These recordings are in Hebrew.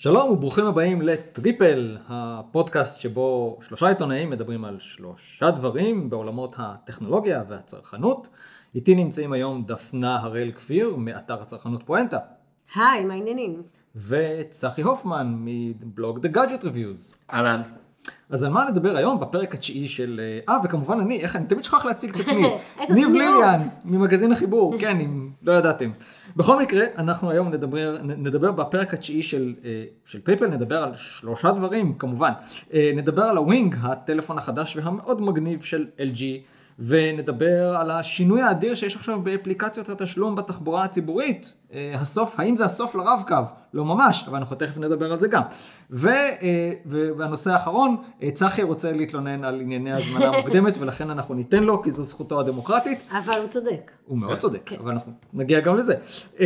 שלום וברוכים הבאים לטריפל, הפודקאסט שבו שלושה עיתונאים מדברים על שלושה דברים בעולמות הטכנולוגיה והצרכנות. איתי נמצאים היום דפנה הראל כפיר מאתר הצרכנות פואנטה. היי, מה העניינים? וצחי הופמן מבלוג The Gadget Reviews. אהלן. אז על מה נדבר היום בפרק התשיעי של... וכמובן אני תמיד שכח להציג את עצמי. איזו ניב צניעות. ליליאן, ממגזין החיבור, כן, אם לא ידעתם. בכל מקרה, אנחנו היום נדבר בפרק התשיעי של טריפל, נדבר על שלושה דברים, כמובן. נדבר על הווינג, הטלפון החדש והמאוד מגניב של LG, ונדבר על השינוי האדיר שיש עכשיו באפליקציות התשלום בתחבורה הציבורית. האם זה הסוף לרב-קו? לא ממש, אבל אנחנו תכף נדבר על זה גם. והנושא האחרון, צחי רוצה להתלונן על ענייני הזמנה מוקדמת, ולכן אנחנו ניתן לו, כי זו זכותו הדמוקרטית. אבל הוא צודק. הוא מאוד צודק, אבל אנחנו נגיע גם לזה.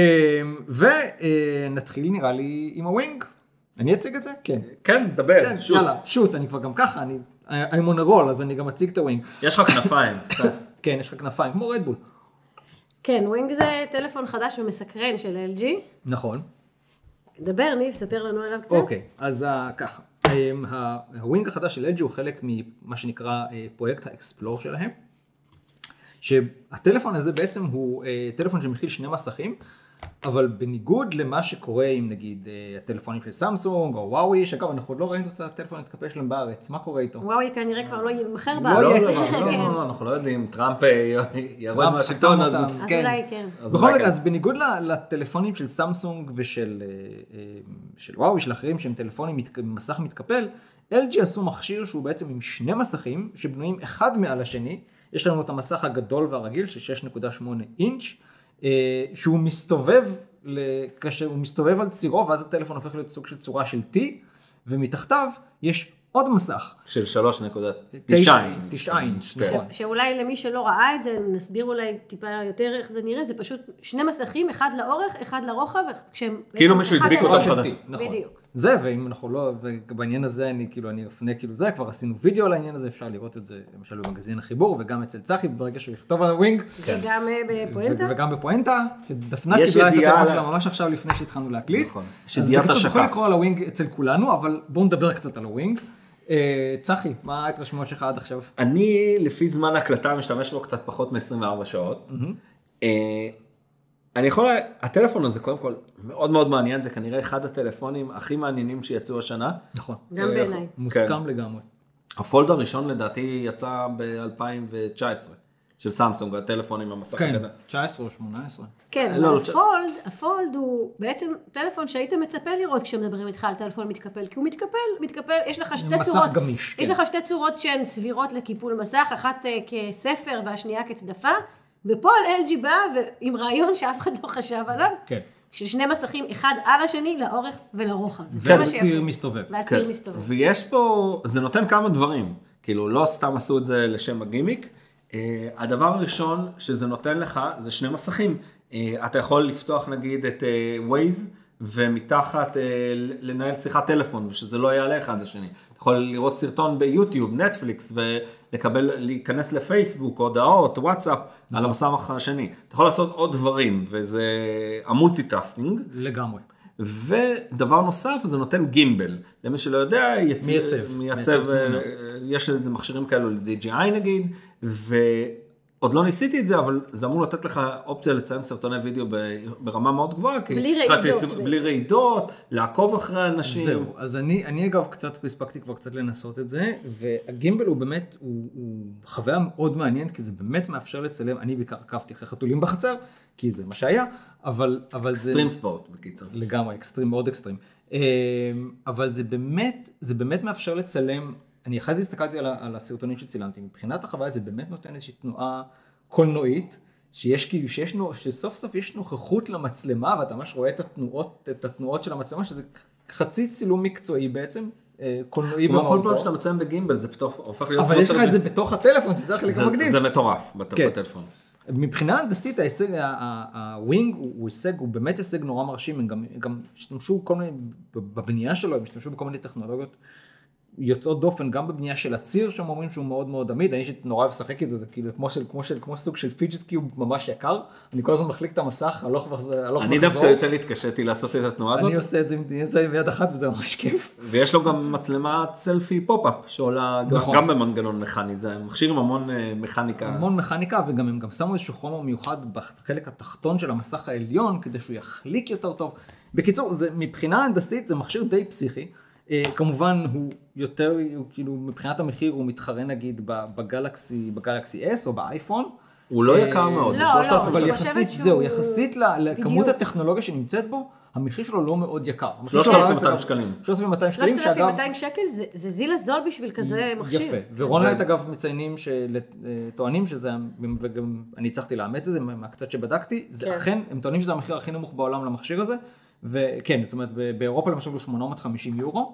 ונתחיל נראה לי עם הווינג. אני אציג את זה? כן. כן, דבר, שוט. יאללה, שוט, אני כבר גם ככה, I'm on a roll, אז אני גם אציג את הווינג. יש לך כנפיים, קצת. כן, יש לך כנפיים, כמו רדבול. כן, ווינג זה טלפון חדש ומסקרן של LG. נכון. דבר, ניב, ספר לנו עליו קצת. אוקיי, אז ככה. הווינג החדש של LG הוא חלק ממה שנקרא פרויקט האקספלור שלהם. שהטלפון הזה בעצם הוא טלפון שמכיל שני מסכים, אבל בניגוד למה שקורה עם נגיד הטלפונים של סמסונג או וואוי, שאגב אנחנו עוד לא ראינו את הטלפון להתקפל שלהם בארץ, מה קורה איתו? וואוי כנראה כבר לא ימחר לא בארץ. לא, אנחנו לא יודעים, טראמפ ירד מהשלטון, אז אולי כן. בכל מקרה, אז בניגוד לטלפונים של סמסונג ושל וואוי, של אחרים שהם טלפונים עם מסך מתקפל, LG עשו מכשיר שהוא בעצם עם שני מסכים שבנויים אחד מעל השני. יש לנו את המסך הגדול והרגיל של 6.8 אינץ', שהוא מסתובב, כאשר הוא מסתובב על צירו, ואז הטלפון הופך להיות סוג של צורה של T, ומתחתיו יש עוד מסך. של 3.9 אינץ', נכון. שאולי למי שלא ראה את זה, נסביר אולי טיפה יותר איך זה נראה, זה פשוט שני מסכים, אחד לאורך, אחד לרוחב, כאילו מישהו הדביק אותם חדש. נכון. בדיוק. זה, ואם אנחנו לא, ובעניין הזה אני אפנה זה, כבר עשינו וידאו על העניין הזה, אפשר לראות את זה למשל במגזין החיבור, וגם אצל צחי, ברגע שהוא יכתוב על הווינג. וגם בפואנטה. וגם בפואנטה, שדפנה קיבלה את הטלפון שלה ממש עכשיו לפני שהתחלנו להקליט. נכון. אז בקיצור, יכול לקרוא על הווינג אצל כולנו, אבל בואו נדבר קצת על הווינג. צחי, מה ההתרשמות שלך עד עכשיו? אני לפי זמן ההקלטה משתמש בו קצת פחות מ-24 שעות. אני יכול, הטלפון הזה קודם כל מאוד מאוד מעניין, זה כנראה אחד הטלפונים הכי מעניינים שיצאו השנה. נכון. גם בעיניי. מוסכם לגמרי. הפולד הראשון לדעתי יצא ב-2019, של סמסונג, הטלפון עם המסך כן, הגדול. 19 או 18. כן, הפולד הוא בעצם טלפון שהיית מצפה לראות כשמדברים איתך על טלפון מתקפל, כי הוא מתקפל, יש לך שתי צורות, מסך גמיש. יש לך שתי צורות שהן סבירות לקיפול מסך, אחת כספר והשנייה כצדפה, ופה על LG בא עם רעיון שאף אחד לא חשב עליו, כן. של שני מסכים, אחד על השני, לאורך ולרוחב. והציר מסתובב. והציר מסתובב. ויש פה, זה נותן כמה דברים, כאילו לא סתם עשו את זה לשם הגימיק. הדבר הראשון שזה נותן לך זה שני מסכים. אתה יכול לפתוח נגיד את Waze ומתחת לנהל שיחת טלפון, שזה לא יעלה אחד לשני. אתה יכול לראות סרטון ביוטיוב, נטפליקס, להיכנס לפייסבוק, הודעות, וואטסאפ, על המסך השני. אתה יכול לעשות עוד דברים, וזה המולטיטאסקינג. לגמרי. ודבר נוסף, זה נותן גימבל. למי שלא יודע, מייצב, יש מכשירים כאלו ל-DJI נגיד, ועוד לא ניסיתי את זה, אבל זה אמור לתת לך אופציה לציין סרטוני וידאו ברמה מאוד גבוהה, בלי רעידות, לעקוב אחרי אנשים. זהו, אז אני אגב קצת הספקתי כבר קצת לנסות את זה, והגימבל הוא באמת, הוא חוויה מאוד מעניינת, כי זה באמת מאפשר לצלם, אני בעיקר עקבתי אחרי חתולים בחצר, כי זה מה שהיה, אבל זה... אקסטרים ספורט, בקיצור. לגמרי, אקסטרים, מאוד אקסטרים. אבל זה באמת מאפשר לצלם, אני אחרי זה הסתכלתי על הסרטונים שצילמתי, מבחינת החוויה זה באמת נותן איזושהי תנועה קולנועית, שסוף סוף יש נוכחות למצלמה, ואתה ממש רואה את התנועות של המצלמה, שזה חצי צילום מקצועי בעצם, קולנועי במהותו. כל פעם שאתה מצלם בגימבל, זה הופך להיות... אבל יש לך את זה בתוך הטלפון, שזה החלק המגניב. זה מטורף, בתוך הטלפון. מבחינה הנדסית, הווינג הוא באמת הישג נורא מרשים, הם גם השתמשו כל מיני, בבנייה שלו, הם השתמשו בכל מיני טכנולוגיות יוצאות דופן גם בבנייה של הציר, שהם אומרים שהוא מאוד מאוד עמיד, אני נורא אוהב לשחק את זה, זה כאילו כמו סוג של פיג'ט קיוב ממש יקר, אני כל הזמן מחליק את המסך, הלוך וחזור. אני דווקא יותר התקשיתי לעשות את התנועה הזאת. אני עושה את זה עם יד אחת וזה ממש כיף. ויש לו גם מצלמת סלפי פופ-אפ, שעולה גם במנגנון מכני, זה מכשיר עם המון מכניקה. המון מכניקה, וגם הם גם שמו איזשהו חומר מיוחד בחלק התחתון של המסך העליון, כדי שהוא יחליק יותר טוב. בקיצור, מבחינה הנדסית זה מכשיר די פסיכי, כמובן הוא יותר, כאילו מבחינת המחיר הוא מתחרה נגיד בגלקסי S או באייפון. הוא לא יקר מאוד, זה 3,000. אבל יחסית, זהו, יחסית לכמות הטכנולוגיה שנמצאת בו, המחיר שלו לא מאוד יקר. 3,200 שקלים. 3,200 שקלים, שאגב... 3,200 שקל זה זיל הזול בשביל כזה מכשיר. יפה, ורונלייט אגב מציינים, טוענים שזה, וגם אני הצלחתי לאמץ את זה מהקצת שבדקתי, זה אכן, הם טוענים שזה המחיר הכי נמוך בעולם למכשיר הזה, וכן, זאת אומרת, באירופה למשל הוא 850 יורו,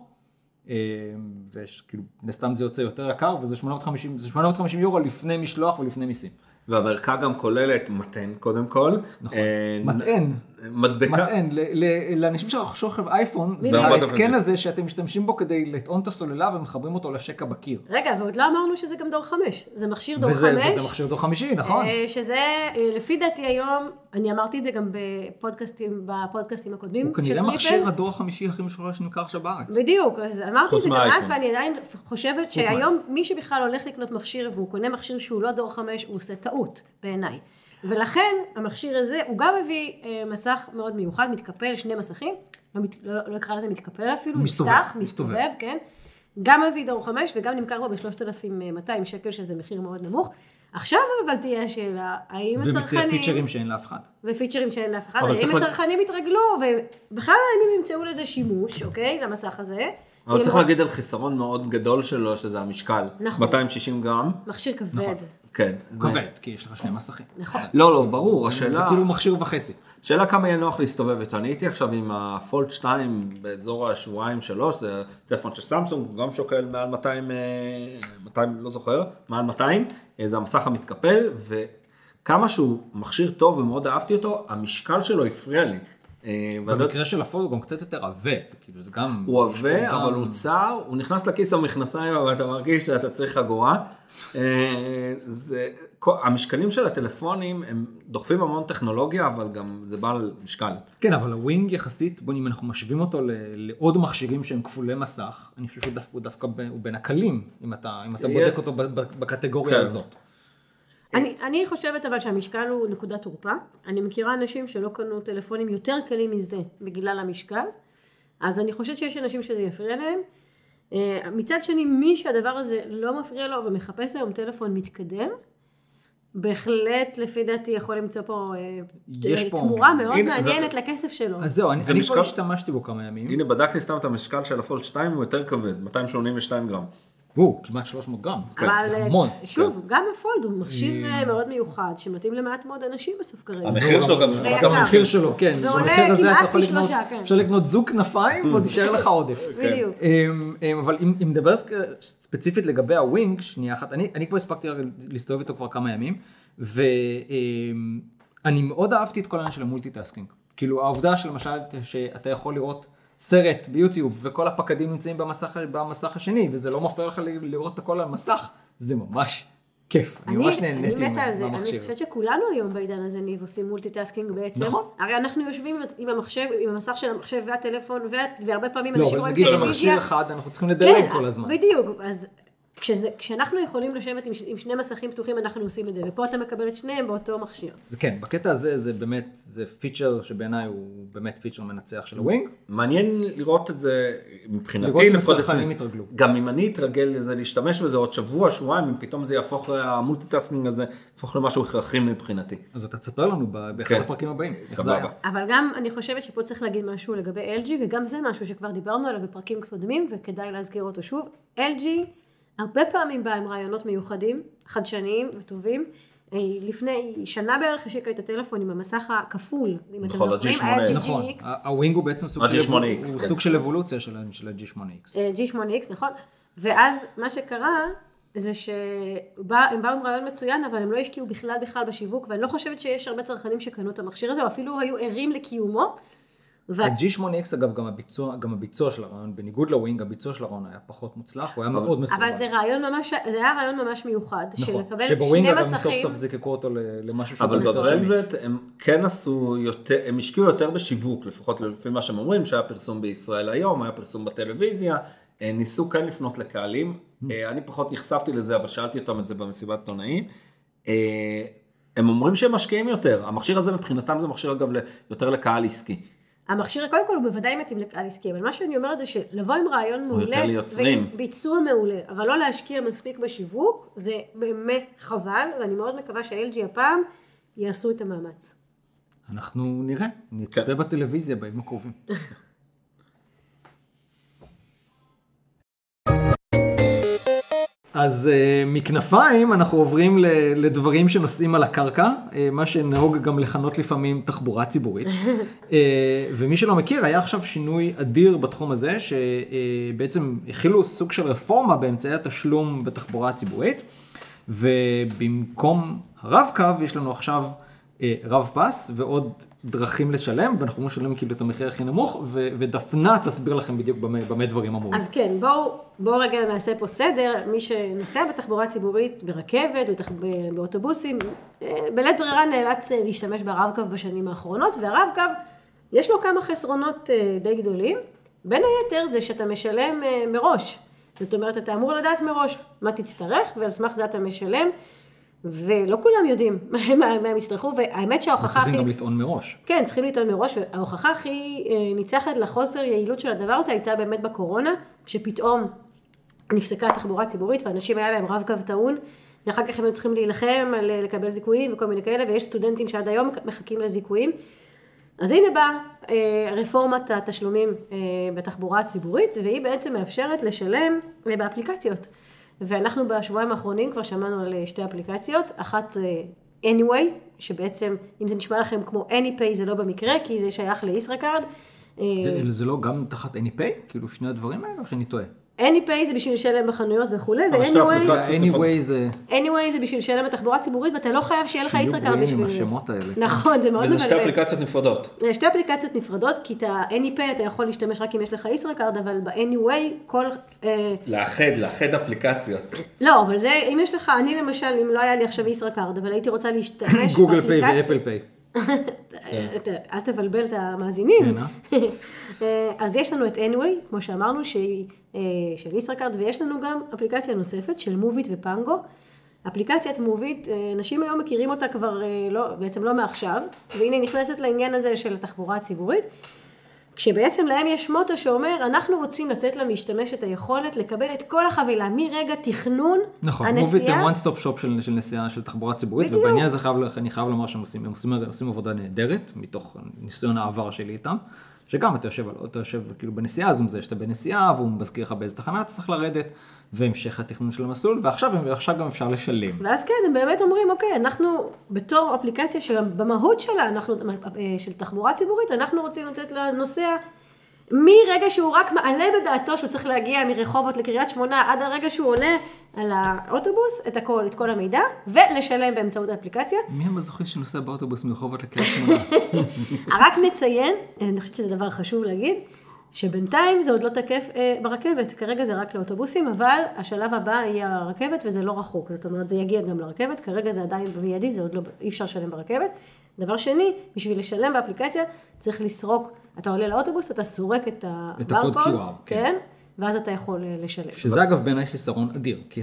וכאילו, נסתם זה יוצא יותר יקר, וזה 850 יורו לפני משלוח ולפני מיסים. והערכה גם כוללת מתן, קודם כל. נכון, מתן. מדבקה. מתן, לאנשים שרכשו אייפון, זה ההתקן הזה שאתם משתמשים בו כדי לטעון את הסוללה ומחברים אותו לשקע בקיר. רגע, ועוד לא אמרנו שזה גם דור 5, זה מכשיר דור 5. וזה מכשיר דור 5, נכון. שזה, לפי דעתי היום, אני אמרתי את זה גם בפודקאסטים הקודמים. הוא כנראה מכשיר הדור 5 הכי משוחרר שנמכר עכשיו בארץ. בדיוק, אז אמרתי את זה גם אז, ואני עדיין חושבת שהיום מי שבכלל הולך לקנות מכשיר, והוא קונה מכשיר שהוא לא דור 5, הוא עושה טעות בעיניי. ולכן המכשיר הזה, הוא גם מביא מסך מאוד מיוחד, מתקפל, 2 מסכים, לא אקרא לזה מתקפל אפילו, נפתח, מסתובב, כן. גם מביא דור 5 וגם נמכר בו ב-3,200 שקל, שזה מחיר מאוד נמוך. עכשיו אבל תהיה השאלה, האם הצרכנים... ומציע פיצ'רים שאין לאף אחד. ופיצ'רים שאין לאף אחד, האם הצרכנים יתרגלו, ובכלל האם הם ימצאו לזה שימוש, אוקיי, למסך הזה. אבל צריך להגיד על חיסרון מאוד גדול שלו, שזה המשקל. נכון. 260 גרם. מכשיר כבד. כן. כבד, כי יש לך 2 מסכים. נכון. לא, ברור, השאלה... זה כאילו מכשיר וחצי. שאלה כמה יהיה נוח להסתובב איתו. אני הייתי עכשיו עם הפולד 2 באזור השבועיים 3, זה טלפון של סמסונג, גם שוקל מעל 200, לא זוכר, מעל 200, זה המסך המתקפל, וכמה שהוא מכשיר טוב ומאוד אהבתי אותו, המשקל שלו הפריע לי. במקרה של הפולד הוא גם קצת יותר עבה, זה גם... הוא עבה, אבל הוא צר, הוא נכנס לכיס המכנסיים, אבל אתה מרגיש שאתה צריך חגורה. המשקלים של הטלפונים הם דוחפים המון טכנולוגיה, אבל גם זה בעל משקל. כן, אבל הווינג יחסית, אם אנחנו משווים אותו לעוד מכשירים שהם כפולי מסך, אני חושב שהוא דווקא בין הקלים, אם אתה בודק אותו בקטגוריה הזאת. אני חושבת אבל שהמשקל הוא נקודת תורפה. אני מכירה אנשים שלא קנו טלפונים יותר קלים מזה בגלל המשקל, אז אני חושבת שיש אנשים שזה יפריע להם. מצד שני, מי שהדבר הזה לא מפריע לו ומחפש היום טלפון מתקדם, בהחלט לפי דעתי יכול למצוא פה תמורה מאוד מעניינת לכסף שלו. אז זהו, אני כבר השתמשתי בו כמה ימים. הנה, בדקתי סתם את המשקל של הפולד 2, הוא יותר כבד, 282 גרם. כמעט 300 גרם. אבל שוב, גם הפולד הוא מכשיר מאוד מיוחד, שמתאים למעט מאוד אנשים בסוף כרגע. המחיר שלו גם המחיר שלו, כן. ועולה כמעט פי 3, כן. אפשר לקנות זוג כנפיים, ועוד יישאר לך עודף. בדיוק. אבל אם נדבר ספציפית לגבי הווינג, שנייה אחת, אני כבר הספקתי להסתובב איתו כבר כמה ימים, ואני מאוד אהבתי את כל העניין של המולטיטאסקינג. כאילו העובדה שלמשל שאתה יכול לראות סרט ביוטיוב, וכל הפקדים נמצאים במסך השני, וזה לא מפריע לך לראות את הכל על מסך, זה ממש כיף. אני ממש נהניתי מהמכשיר. אני חושבת שכולנו היום בעידן הזה ניב עושים מולטיטאסקינג בעצם. נכון. הרי אנחנו יושבים עם המסך של המחשב והטלפון, והרבה פעמים אנשים רואים טלוויזיה. לא, אבל נגיד במכשיר אחד אנחנו צריכים לדלג כל הזמן. בדיוק, אז כשאנחנו יכולים לשבת עם 2 מסכים פתוחים, אנחנו עושים את זה, ופה אתה מקבל את שניהם באותו מכשיר. זה כן, בקטע הזה זה באמת, זה פיצ'ר שבעיניי הוא באמת פיצ'ר מנצח של הווינג. מעניין לראות את זה מבחינתי. לראות אם הצרכנים יתרגלו. גם אם אני אתרגל לזה להשתמש בזה עוד שבוע, שבועיים, אם פתאום זה יהפוך, המולטיטאסקינג הזה יהפוך למשהו הכרחי מבחינתי. אז אתה תספר לנו באחד הפרקים הבאים. סבבה. אבל גם אני חושבת שפה צריך להגיד משהו לגבי LG, וגם זה משהו שכבר דיברנו עליו בפרקים קודמים, וכדאי להזכיר אותו שוב. LG הרבה פעמים באה עם רעיונות מיוחדים, חדשניים וטובים. לפני שנה בערך השיקה את הטלפון עם המסך הכפול, אם אתם זוכרים, היה G6X. הווינג הוא בעצם סוג של אבולוציה של ה-G8X. G8X, נכון. ואז מה שקרה זה שהם באו עם רעיון מצוין, אבל הם לא השקיעו בכלל בשיווק, ואני לא חושבת שיש הרבה צרכנים שקנו את המכשיר הזה, או אפילו היו ערים לקיומו, ה-G8X אגב, גם הביצוע של הרעיון, בניגוד לווינג, הביצוע של הרעיון היה פחות מוצלח, הוא היה מאוד מסורבל. אבל זה היה רעיון ממש מיוחד, של לקבל שני מסכים. שבווינג גם סוף סוף זיקקו אותו למשהו שהוא אבל בוולווט הם כן עשו יותר, הם השקיעו יותר בשיווק, לפחות לפי מה שהם אומרים, שהיה פרסום בישראל היום, היה פרסום בטלוויזיה, ניסו כן לפנות לקהלים, אני פחות נחשפתי לזה, אבל שאלתי אותם את זה במסיבת עיתונאים, הם אומרים שהם משקיעים יותר, המכשיר הזה מבחינתם זה מכשיר אגב יותר לקהל עסקי. המכשיר קודם כל הוא בוודאי מתאים לקהל עסקי, אבל מה שאני אומרת זה שלבוא עם רעיון מעולה, ועם ביצוע מעולה, אבל לא להשקיע מספיק בשיווק, זה באמת חבל, ואני מאוד מקווה שה-LG הפעם יעשו את המאמץ. אנחנו נראה, נצפה בטלוויזיה בימים הקרובים. אז מכנפיים אנחנו עוברים לדברים שנוסעים על הקרקע, מה שנהוג גם לכנות לפעמים תחבורה ציבורית. ומי שלא מכיר, היה עכשיו שינוי אדיר בתחום הזה, שבעצם הכילו סוג של רפורמה באמצעי התשלום בתחבורה הציבורית, ובמקום הרב-קו יש לנו עכשיו רב פס ועוד דרכים לשלם, ואנחנו משלמים כאילו את המחיר הכי נמוך, ודפנה תסביר לכם בדיוק במה דברים אמורים. אז כן, בואו רגע נעשה פה סדר. מי שנוסע בתחבורה ציבורית, ברכבת, באוטובוסים, בלית ברירה נאלץ להשתמש ברב-קו בשנים האחרונות, והרב-קו יש לו כמה חסרונות די גדולים. בין היתר זה שאתה משלם מראש. זאת אומרת, אתה אמור לדעת מראש מה תצטרך, ועל סמך זה אתה משלם. ולא כולם יודעים מה הם יצטרכו, והאמת שההוכחה הכי... צריכים גם לטעון מראש. כן, צריכים לטעון מראש, וההוכחה הכי ניצחת לחוסר יעילות של הדבר הזה הייתה באמת בקורונה, כשפתאום נפסקה התחבורה הציבורית, ואנשים היה להם רב-קו טעון, ואחר כך הם צריכים להילחם על לקבל זיכויים וכל מיני כאלה, ויש סטודנטים שעד היום מחכים לזיכויים. אז הנה באה רפורמת התשלומים בתחבורה הציבורית, והיא בעצם מאפשרת לשלם באפליקציות. ואנחנו בשבועיים האחרונים כבר שמענו על שתי אפליקציות, אחת Anyway, שבעצם אם זה נשמע לכם כמו AnyPay זה לא במקרה, כי זה שייך לישראכרד. זה לא גם תחת AnyPay? כאילו שני הדברים האלה או שאני טועה? AnyPay זה בשביל לשלם בחנויות וכו', ו-Anyway זה בשביל לשלם בתחבורה ציבורית, ואתה לא חייב שיהיה לך ישראכרד בשביל... שיהיו עם השמות האלה. נכון, זה מאוד מבלבל. וזה שתי אפליקציות נפרדות. זה שתי אפליקציות נפרדות, כי את ה-AnyPay אתה יכול להשתמש רק אם יש לך ישראכרד, אבל ב-Anyway כל... לאחד אפליקציות. לא, אבל זה, אם יש לך, אני למשל, אם לא היה לי עכשיו ישראכרד, אבל הייתי רוצה להשתמש גוגל פיי ואפל פיי. אל תבלבל את המאזינים. אז יש לנו את Anyway, כמו שאמרנו, שהיא של ישראכרד, ויש לנו גם אפליקציה נוספת של מוביט ופנגו. אפליקציית מוביט, אנשים היום מכירים אותה כבר בעצם לא מעכשיו, והנה נכנסת לעניין הזה של התחבורה הציבורית, כשבעצם להם יש מוטו שאומר, אנחנו רוצים לתת למשתמש את היכולת לקבל את כל החבילה, מרגע תכנון הנסיעה. נכון, מוביט הם one stop shop של נסיעה של תחבורה ציבורית, ובעניין הזה אני חייב לומר שהם עושים עבודה נהדרת, מתוך ניסיון העבר שלי איתם, שגם אתה יושב כאילו בנסיעה, אז הוא מזהה שאתה בנסיעה, והוא מזכיר לך באיזה תחנה צריך לרדת, והמשך התכנון של המסלול, ועכשיו גם אפשר לשלם. ואז כן, הם באמת אומרים, אוקיי, אנחנו בתור אפליקציה שבמהות שלה, של תחבורה ציבורית, אנחנו רוצים לתת לנוסע, מרגע שהוא רק מעלה בדעתו, שהוא צריך להגיע מרחובות לקריית שמונה, עד הרגע שהוא עולה על האוטובוס, את כל המידע, ולשלם באמצעות האפליקציה. מי המזוכיסט שנוסע באוטובוס מרחובות לקריית שמונה? רק נציין, אני חושבת שזה דבר חשוב להגיד, שבינתיים זה עוד לא תקף ברכבת, כרגע זה רק לאוטובוסים, אבל השלב הבא יהיה הרכבת וזה לא רחוק, זאת אומרת זה יגיע גם לרכבת, כרגע זה עדיין במיידי, זה עוד לא, אי אפשר לשלם ברכבת. דבר שני, בשביל לשלם באפליקציה, צריך לסרוק, אתה עולה לאוטובוס, אתה סורק את הקוד QR, כן, ואז אתה יכול לשלם. שזה אגב בעיניי חיסרון אדיר, כי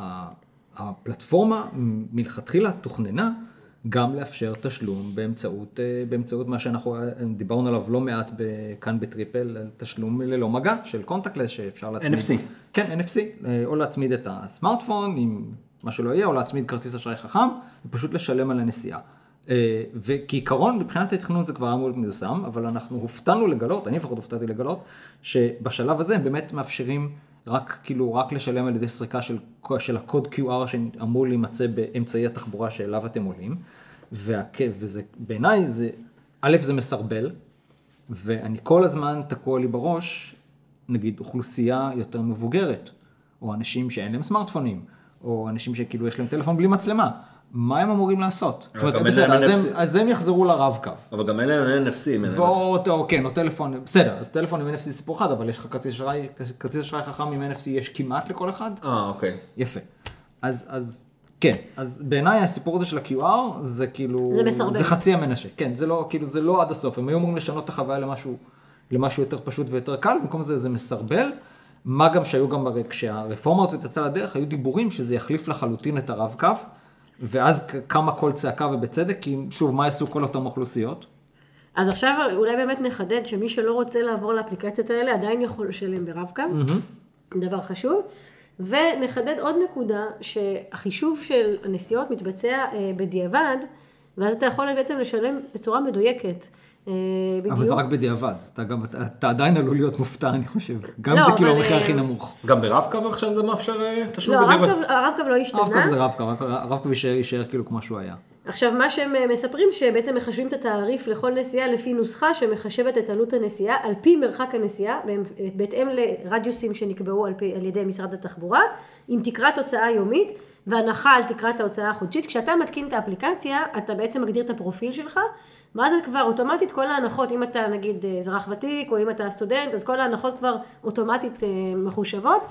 הפלטפורמה מלכתחילה תוכננה, גם לאפשר תשלום באמצעות מה שאנחנו דיברנו עליו לא מעט כאן בטריפל, תשלום ללא מגע של קונטקטלס שאפשר להצמיד. NFC. כן, NFC, או להצמיד את הסמארטפון עם מה שלא יהיה, או להצמיד כרטיס אשראי חכם, ופשוט לשלם על הנסיעה. וכעיקרון, מבחינת התכנון זה כבר אמור להיות מיושם, אבל אנחנו הופתענו לגלות, אני לפחות הופתעתי לגלות, שבשלב הזה הם באמת מאפשרים רק לשלם על ידי סריקה של הקוד QR שאמור להימצא באמצעי התחבורה שאליו אתם עולים, וזה בעיניי זה מסרבל, ואני כל הזמן תקוע לי בראש, נגיד אוכלוסייה יותר מבוגרת, או אנשים שאין להם סמארטפונים, או אנשים שכאילו יש להם טלפון בלי מצלמה. מה הם אמורים לעשות? זאת אומרת, בסדר, אז הם יחזרו לרב-קו. אבל גם אין להם NFC. כן, או טלפון, בסדר, אז טלפון עם NFC זה סיפור אחד, אבל יש לך כרטיס אשראי חכם עם NFC יש כמעט לכל אחד. אוקיי. יפה. אז כן, אז בעיניי הסיפור הזה של ה-QR זה כאילו, זה מסרבל. זה חצי המנשה. כן, זה לא, כאילו, זה לא עד הסוף. הם היו אמורים לשנות את החוויה למשהו יותר פשוט ויותר קל, במקום זה מסרבל. מה גם שהיו גם כשהרפורמה הזאת יצאה לדרך, היו דיבורים שזה יחליף לחלוטין את הרב-קו, ואז קמה כל צעקה ובצדק, כי שוב, מה יעשו כל אותם אוכלוסיות? אז עכשיו אולי באמת נחדד שמי שלא רוצה לעבור לאפליקציות האלה, עדיין יכול לשלם ברב-קו, דבר חשוב. ונחדד עוד נקודה, שהחישוב של הנסיעות מתבצע בדיעבד, ואז אתה יכול בעצם לשלם בצורה מדויקת. אבל זה רק בדיעבד, אתה עדיין עלול להיות מופתע, אני חושב. גם זה כאילו המחיר הכי נמוך. גם ברב-קו עכשיו זה מאפשר תשלום בדיעבד? בדיעבד? לא, הרב-קו לא השתנה. הרב-קו זה רב-קו, הרב-קו יישאר כאילו כמו שהוא היה. עכשיו, מה שהם מספרים, שבעצם מחשבים את התעריף לכל נסיעה לפי נוסחה שמחשבת את עלות הנסיעה, על פי מרחק הנסיעה, בהתאם לרדיוסים שנקבעו על ידי משרד התחבורה, עם תקרת הוצאה יומית, והנחה על תקרת ההוצאה החודשית. כשאתה מתקין את האפליקציה, אתה בעצם מגדיר את הפרופיל שלך, ואז כבר אוטומטית כל ההנחות, אם אתה נגיד אזרח ותיק, או אם אתה סטודנט, אז כל ההנחות כבר אוטומטית מחושבות,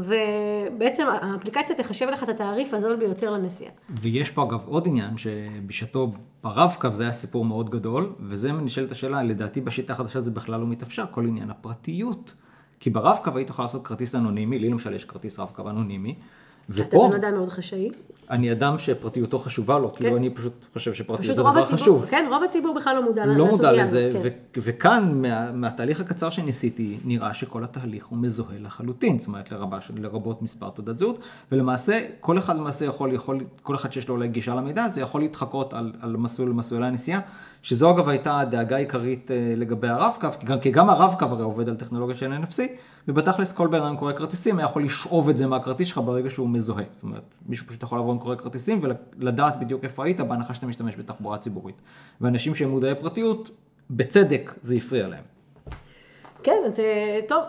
ובעצם האפליקציה תחשב לך את התעריף הזול ביותר לנסיעה. ויש פה אגב עוד עניין, שבשעתו ברב-קו זה היה סיפור מאוד גדול, וזה נשאלת השאלה, לדעתי בשיטה החדשה זה בכלל לא מתאפשר, כל עניין הפרטיות. כי ברב-קו היית יכול לעשות כרטיס אנונימי, לי למשל יש כרטיס רב-קו אנונימי, אתה בן אדם מאוד חשאי. אני אדם שפרטיותו חשובה לו, כאילו אני פשוט חושב שפרטיות זה דבר חשוב. כן, רוב הציבור בכלל לא מודע לסוגיה. לא מודע לזה, וכאן מהתהליך הקצר שניסיתי, נראה שכל התהליך הוא מזוהה לחלוטין, זאת אומרת לרבות מספר תעודת זהות, ולמעשה כל אחד כל אחד שיש לו אולי גישה למידע, זה יכול להתחקות על מסלולי הנסיעה, שזו אגב הייתה הדאגה העיקרית לגבי הרב-קו, כי גם הרב-קו הרי עובד על טכנולוגיה של NFC, ובתכלס כל בן אדם קורא כרטיסים, יכול לשאוב את זה מהכרטיס שלך ברגע שהוא מזוהה. זאת אומרת, מישהו פשוט יכול לעבור עם קורא כרטיסים ולדעת בדיוק איפה היית, בהנחה שאתה משתמש בתחבורה ציבורית. ואנשים שהם מודעי פרטיות, בצדק זה יפריע להם. כן, אז טוב,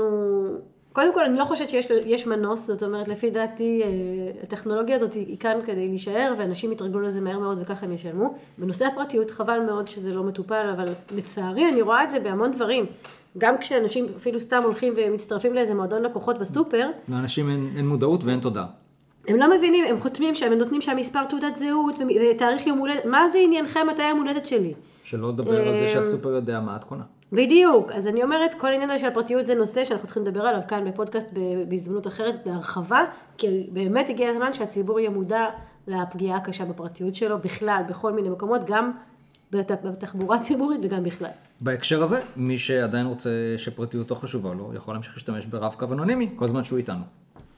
קודם כל, אני לא חושבת שיש מנוס, זאת אומרת, לפי דעתי, הטכנולוגיה הזאת היא כאן כדי להישאר, ואנשים יתרגלו לזה מהר מאוד וככה הם ישלמו. בנושא הפרטיות, חבל מאוד שזה לא מטופל, אבל לצערי אני רואה את זה בהמון דברים. גם כשאנשים אפילו סתם הולכים ומצטרפים לאיזה מועדון לקוחות בסופר. לאנשים אין מודעות ואין תודה. הם לא מבינים, הם חותמים שם, הם נותנים שם מספר תעודת זהות ותאריך יום הולדת. מה זה עניינכם מתי יום הולדת שלי? שלא לדבר על זה שהסופר יודע מה את קונה. בדיוק. אז אני אומרת, כל העניין הזה של הפרטיות זה נושא שאנחנו צריכים לדבר עליו כאן בפודקאסט בהזדמנות אחרת, בהרחבה, כי באמת הגיע הזמן שהציבור יהיה מודע לפגיעה הקשה בפרטיות שלו, בכלל, בכל מיני מקומות, גם בתחבורה ציבורית וגם בכלל. בהקשר הזה, מי שעדיין רוצה שפרטיותו חשובה לו, יכול להמשיך להשתמש ברב-קו אנונימי, כל זמן שהוא איתנו.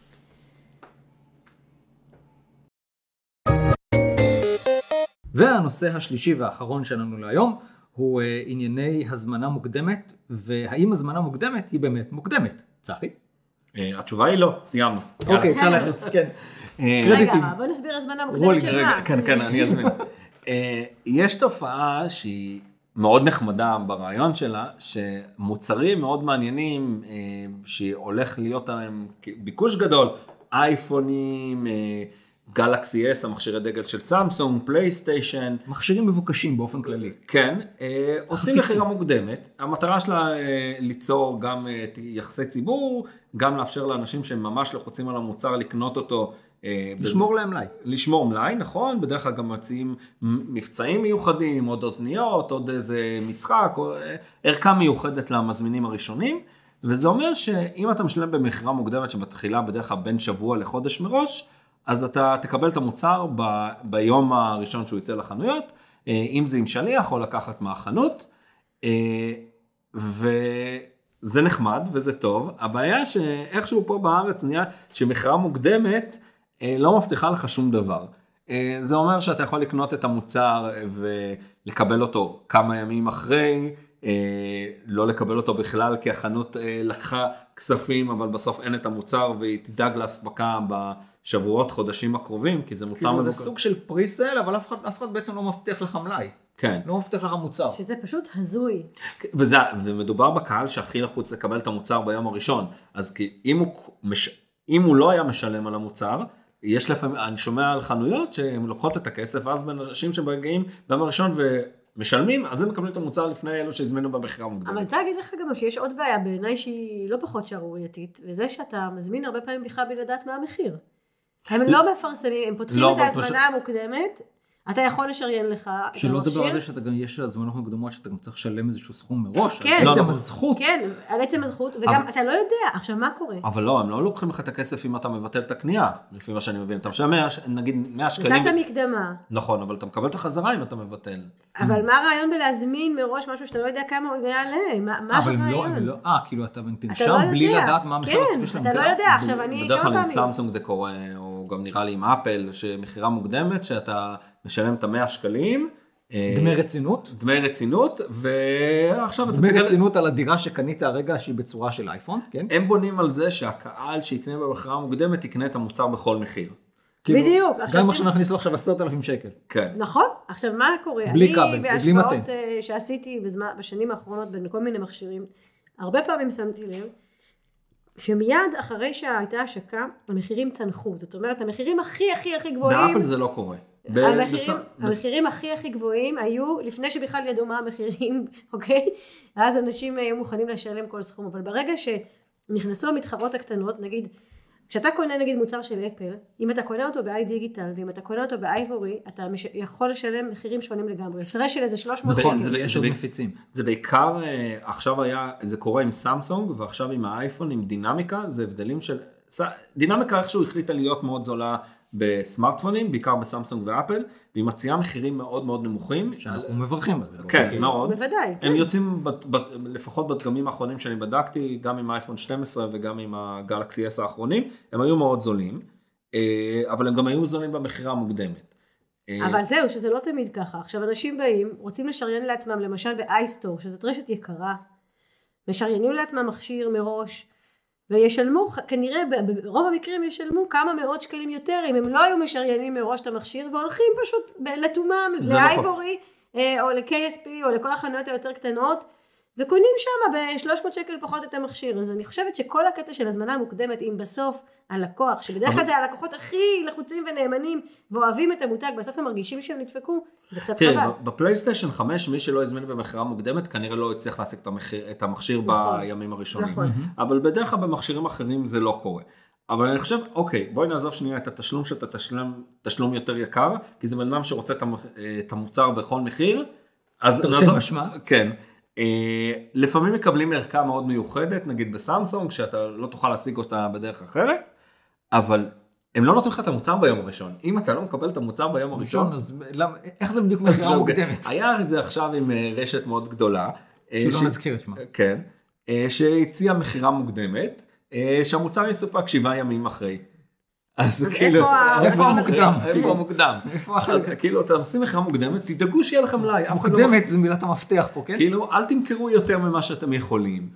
והנושא השלישי והאחרון שלנו להיום, הוא ענייני הזמנה מוקדמת, והאם הזמנה מוקדמת היא באמת מוקדמת? צחי? התשובה היא לא, סיימנו. אוקיי, אפשר ללכת, כן. רגע, בוא נסביר הזמנה מוקדמת של מה. כן, אני אזמין. יש תופעה שהיא מאוד נחמדה ברעיון שלה, שמוצרים מאוד מעניינים, שהולך להיות עליהם ביקוש גדול, אייפונים, גלקסי S, המכשירי דגל של סמסונג, פלייסטיישן. מכשירים מבוקשים באופן כללי. כן, עושים מחירה מוקדמת. המטרה שלה ליצור גם יחסי ציבור, גם לאפשר לאנשים שהם ממש לחוצים על המוצר לקנות אותו. לשמור להם מלאי. לשמור מלאי, נכון. בדרך כלל גם מציעים מבצעים מיוחדים, עוד אוזניות, עוד איזה משחק, או ערכה מיוחדת למזמינים הראשונים. וזה אומר שאם אתה משלם במחירה מוקדמת שמתחילה בדרך כלל בין שבוע לחודש מראש, אז אתה תקבל את המוצר ביום הראשון שהוא יצא לחנויות, אם זה עם שליח או לקחת מהחנות, וזה נחמד וזה טוב. הבעיה שאיכשהו פה בארץ נהיה שמחירה מוקדמת לא מבטיחה לך שום דבר. זה אומר שאתה יכול לקנות את המוצר ולקבל אותו כמה ימים אחרי, לא לקבל אותו בכלל כי החנות לקחה כספים, אבל בסוף אין את המוצר והיא תדאג להספקה בשבועות, חודשים הקרובים, כי זה מוצר מבוקר. זה סוג של פריסל, אבל אף אחד בעצם לא מבטיח לך מלאי. כן. לא מבטיח לך מוצר. שזה פשוט הזוי. ומדובר בקהל שהכי לחוץ לקבל את המוצר ביום הראשון. אז אם הוא לא היה משלם על המוצר, יש לפעמים, אני שומע על חנויות שהן לוקחות את הכסף, ואז אנשים שמגיעים ביום הראשון ומשלמים, אז הם מקבלים את המוצר לפני אלו שהזמינו במחירה מוקדמת. אבל אני רוצה להגיד לך גם שיש עוד בעיה בעיניי שהיא לא פחות שערורייתית, וזה שאתה מזמין הרבה פעמים בכלל בלי לדעת מה המחיר. הם לא מפרסמים, הם פותחים את ההזמנה המוקדמת, אתה יכול לשריין לך את המכשיר. שלא דבר על זה שאתה גם יש הזמנות מוקדמות שאתה גם צריך לשלם איזשהו סכום מראש, כן, על עצם הזכות. כן, על עצם הזכות, וגם אתה לא יודע, עכשיו מה קורה? אבל לא, הם לא לוקחים לך את הכסף אם אתה מבטל את הקנייה, לפי מה שאני מבין. אתה משלם נגיד 100 שקלים. נתת מקדמה. נכון, אבל אתה מקבל את החזרה אם אתה מבטל. אבל מה הרעיון בלהזמין מראש משהו שאתה לא יודע כמה הוא יעלה? מה הרעיון? אבל כאילו אתה תנשם בלי לדעת מה המחיר הסופי של המוצר. אתה לא יודע, עכשיו אני בדרך כלל עם סמסונג זה קורה, או גם נראה לי עם אפל, שמחירה מוקדמת, שאתה משלם את 100 שקלים. דמי רצינות? דמי רצינות, ועכשיו דמי רצינות על הדירה שקנית הרגע שהיא בצורה של אייפון, כן? הם בונים על זה שהקהל שיקנה במחירה מוקדמת, יקנה את המוצר בכל מחיר. בדיוק. גם מה שנכניס לו עכשיו 10,000 שקל. כן. נכון. עכשיו מה קורה? בלי כבל, בלי מטה. אני בהשוואות שעשיתי בשנים האחרונות בין כל מיני מכשירים, הרבה פעמים שמתי לב, שמיד אחרי שהייתה השקה, המחירים צנחו. זאת אומרת, המחירים הכי גבוהים... באפל זה לא קורה. המחירים הכי גבוהים היו, לפני שבכלל ידעו מה המחירים, אוקיי? אז אנשים היו מוכנים לשלם כל סכום, אבל ברגע שנכנסו המתחרות הקטנות, נגיד, כשאתה קונה נגיד מוצר של אפל, אם אתה קונה אותו באיי דיגיטל, ואם אתה קונה אותו באייבורי, אתה יכול לשלם מחירים שונים לגמרי. הפרש של איזה 300 שקל. נכון, יש עוד מפיצים. זה בעיקר, עכשיו היה, זה קורה עם סמסונג, ועכשיו עם האייפון, עם דינמיקה, זה הבדלים של... דינמיקה איכשהו החליטה להיות מאוד זולה בסמארטפונים, בעיקר בסמסונג ואפל, והיא מציעה מחירים מאוד מאוד נמוכים. שאנחנו מברכים בזה. כן, מאוד. בוודאי. הם יוצאים, לפחות בדגמים האחרונים שאני בדקתי, גם עם האייפון 12 וגם עם הגלקסי S האחרונים, הם היו מאוד זולים, אבל הם גם היו זולים במחירה המוקדמת. אבל זהו, שזה לא תמיד ככה. עכשיו, אנשים באים, רוצים לשריין לעצמם, למשל באייסטור, שזאת רשת יקרה, משריינים לעצמם מכשיר מראש, וישלמו, כנראה ברוב המקרים ישלמו כמה מאות שקלים יותר, אם הם לא היו משריינים מראש את המכשיר, והולכים פשוט לתומם, לאייבורי, או ל-KSP, או לכל החנויות היותר קטנות, וקונים שם ב-300 שקל פחות את המכשיר. אז אני חושבת שכל הקטע של הזמנה מוקדמת, אם בסוף הלקוח, שבדרך כלל זה הלקוחות הכי לחוצים ונאמנים, ואוהבים את המותג, בסוף הם מרגישים שהם נדפקו, זה קצת חבל. בפלייסטיישן 5, מי שלא הזמין במחירה מוקדמת, כנראה לא יצליח להשיג את המכשיר בימים הראשונים. אבל בדרך כלל במכשירים אחרים זה לא קורה. אבל אני חושב, אוקיי, בואי נעזוב שנייה את התשלום, שאתה תשלום יותר יקר, כי זה בן אדם שרוצה את המוצר בכל מחיר. אז תרתי משמע. כן. לפעמים מקבלים ערכה מאוד מיוחדת, נגיד בסמסונג, שאתה לא תוכל להשיג אותה בדרך אחרת, אבל הם לא נותנים לך את המוצר ביום הראשון. אם אתה לא מקבל את המוצר ביום הראשון, אז איך זה בדיוק מחירה מוקדמת? היה את זה עכשיו עם רשת מאוד גדולה. שלא נזכיר את שמה. כן. שהציעה מחירה מוקדמת, שהמוצר יסופק 7 ימים אחרי. אז כאילו, איפה המוקדם? איפה המוקדם? כאילו, אתה עושים מחירה מוקדמת, תדאגו שיהיה לכם מלאי. מוקדמת זה מילת המפתח פה, כן? כאילו, אל תמכרו יותר ממה שאתם יכולים.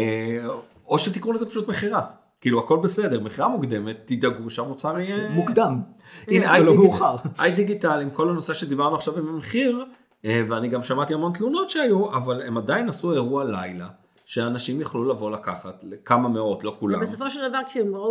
או שתקראו לזה פשוט מחירה. כאילו, הכל בסדר. מחירה מוקדמת, תדאגו שהמוצר יהיה... מוקדם. הנה, לא מאוחר. איי דיגיטל, עם כל הנושא שדיברנו עכשיו עם המחיר, ואני גם שמעתי המון תלונות שהיו, אבל הם עדיין עשו אירוע לילה. שאנשים יכלו לבוא לקחת כמה מאות, לא כולם. ובסופו של דבר, כשהם ראו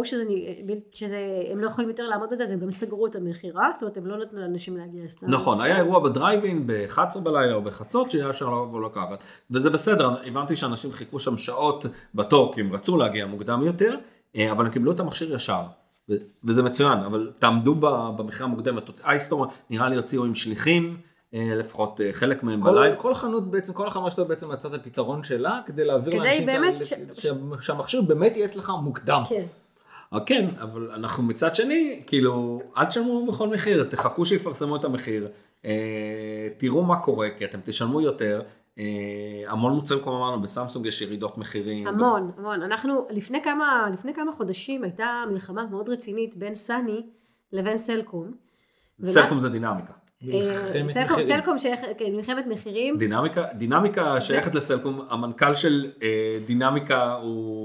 שהם לא יכולים יותר לעמוד בזה, אז הם גם סגרו את המחירה, זאת אומרת, הם לא נתנו לאנשים להגיע סתם. נכון, היה אירוע בדרייבין ב-11 בלילה או בחצות, שהיה אפשר לבוא לקחת. וזה בסדר, הבנתי שאנשים חיכו שם שעות בתור, כי הם רצו להגיע מוקדם יותר, אבל הם קיבלו את המכשיר ישר. וזה מצוין, אבל תעמדו במחירה מוקדמת. אייסטור נראה לי הוציאו עם שליחים, לפחות חלק מהם בלילה. כל חנות בעצם, כל החברה שלו בעצם מצאת הפתרון שלה, כדי להעביר לאנשים שהמכשיר באמת יהיה אצלך מוקדם. כן, אבל אנחנו מצד שני, כאילו, אל תשלמו בכל מחיר, תחכו שיפרסמו את המחיר, תראו מה קורה, כי אתם תשלמו יותר, המון מוצרים כמו אמרנו, בסמסונג יש ירידות מחירים. המון. אנחנו, לפני כמה חודשים הייתה מלחמה מאוד רצינית בין סני לבין סלקום. סלקום זה דינמיקה. סלקום מלחמת מחירים. דינמיקה שייכת לסלקום, המנכ"ל של דינמיקה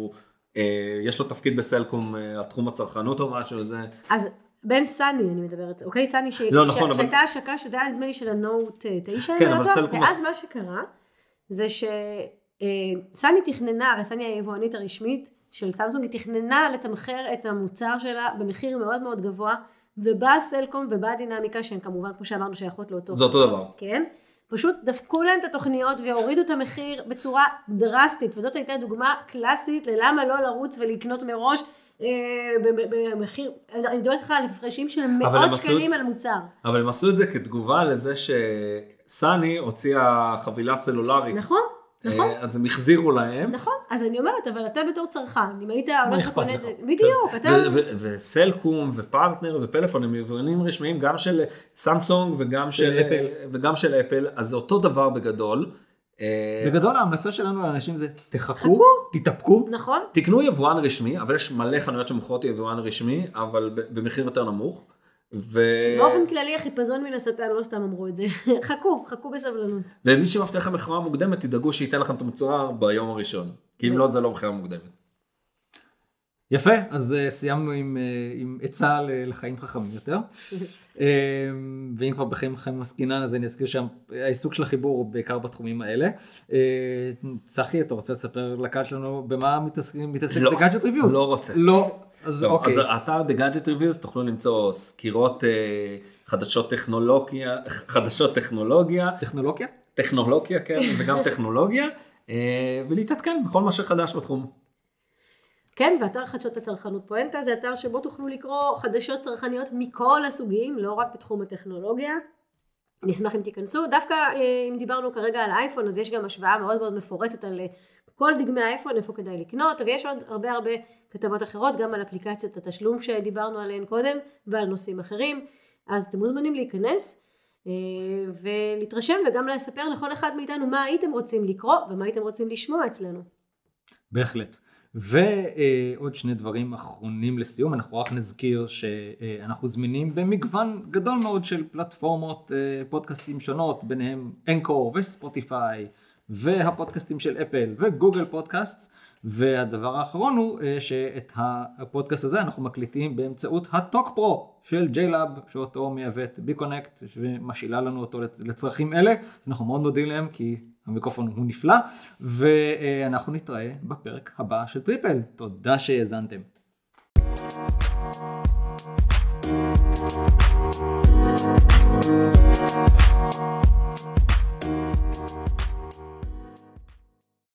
יש לו תפקיד בסלקום, התחום הצרכנות או משהו לזה. אז בין סני אני מדברת, אוקיי, סני שהייתה השקה שזה היה נדמה לי של הנוט 9, ואז מה שקרה זה שסני תכננה, הרי סני היבואנית הרשמית, של סמסונג, היא תכננה לתמחר את המוצר שלה במחיר מאוד מאוד גבוה, ובאה סלקום ובאה דינמיקה, שהן כמובן, כמו שאמרנו, שייכות לאותו. זה אותו דבר. כן. פשוט דפקו להם את התוכניות והורידו את המחיר בצורה דרסטית, וזאת הייתה דוגמה קלאסית ללמה לא לרוץ ולקנות מראש במחיר, אני מדברת לך על הפרשים של מאות שקלים על מוצר. אבל הם עשו את זה כתגובה לזה שסני הוציאה חבילה סלולרית. נכון. נכון. אז הם החזירו להם. נכון, אז אני אומרת, אבל אתה בתור צרכן, אם היית הולך וקונה את זה, בדיוק, אתה... וסלקום ופרטנר ופלאפון, הם יבואנים רשמיים גם של סמסונג וגם של אפל, אז זה אותו דבר בגדול. בגדול ההמלצה שלנו לאנשים זה תחכו, תתאפקו. נכון. תקנו יבואן רשמי, אבל יש מלא חנויות שמוכרות יבואן רשמי, אבל במחיר יותר נמוך. באופן כללי החיפזון מן השטן, לא סתם אמרו את זה. חכו בסבלנות. ומי שמבטיח לכם מכירה מוקדמת, תדאגו שייתן לכם את המוצר ביום הראשון. כי אם לא, זה לא מכירה מוקדמת. יפה, אז סיימנו עם עצה לחיים חכמים יותר. ואם כבר בחיים חכמים עסקינן, אז אני אזכיר שהעיסוק של החיבור הוא בעיקר בתחומים האלה. צחי, אתה רוצה לספר לקהל שלנו במה מתעסק בגאדג'ט ריוויוז? לא רוצה. לא. אז אוקיי. אז האתר The Gadget Reviews תוכלו למצוא סקירות חדשות טכנולוגיה. טכנולוגיה, כן, וגם טכנולוגיה, ולהתעדכן בכל מה שחדש בתחום. כן, ואתר חדשות הצרכנות פואנטה זה אתר שבו תוכלו לקרוא חדשות צרכניות מכל הסוגים, לא רק בתחום הטכנולוגיה. נשמח אם תיכנסו. דווקא אם דיברנו כרגע על האייפון, אז יש גם השוואה מאוד מאוד מפורטת על כל דגמי האייפון, איפה כדאי לקנות, ויש עוד הרבה כתבות אחרות, גם על אפליקציות התשלום שדיברנו עליהן קודם, ועל נושאים אחרים. אז אתם מוזמנים להיכנס ולהתרשם, וגם לספר לכל אחד מאיתנו מה הייתם רוצים לקרוא, ומה הייתם רוצים לשמוע אצלנו. בהחלט. ועוד שני דברים אחרונים לסיום, אנחנו רק נזכיר שאנחנו זמינים במגוון גדול מאוד של פלטפורמות פודקאסטים שונות, ביניהם אנקור וספוטיפיי, והפודקאסטים של אפל וגוגל פודקאסט, והדבר האחרון הוא שאת הפודקאסט הזה אנחנו מקליטים באמצעות הטוק פרו של ג'יילאב, שאותו מייבאת ביקונקט ומשאילה לנו אותו לצרכים אלה, אז אנחנו מאוד מודים להם כי המיקרופון הוא נפלא, ואנחנו נתראה בפרק הבא של טריפל. תודה שהאזנתם.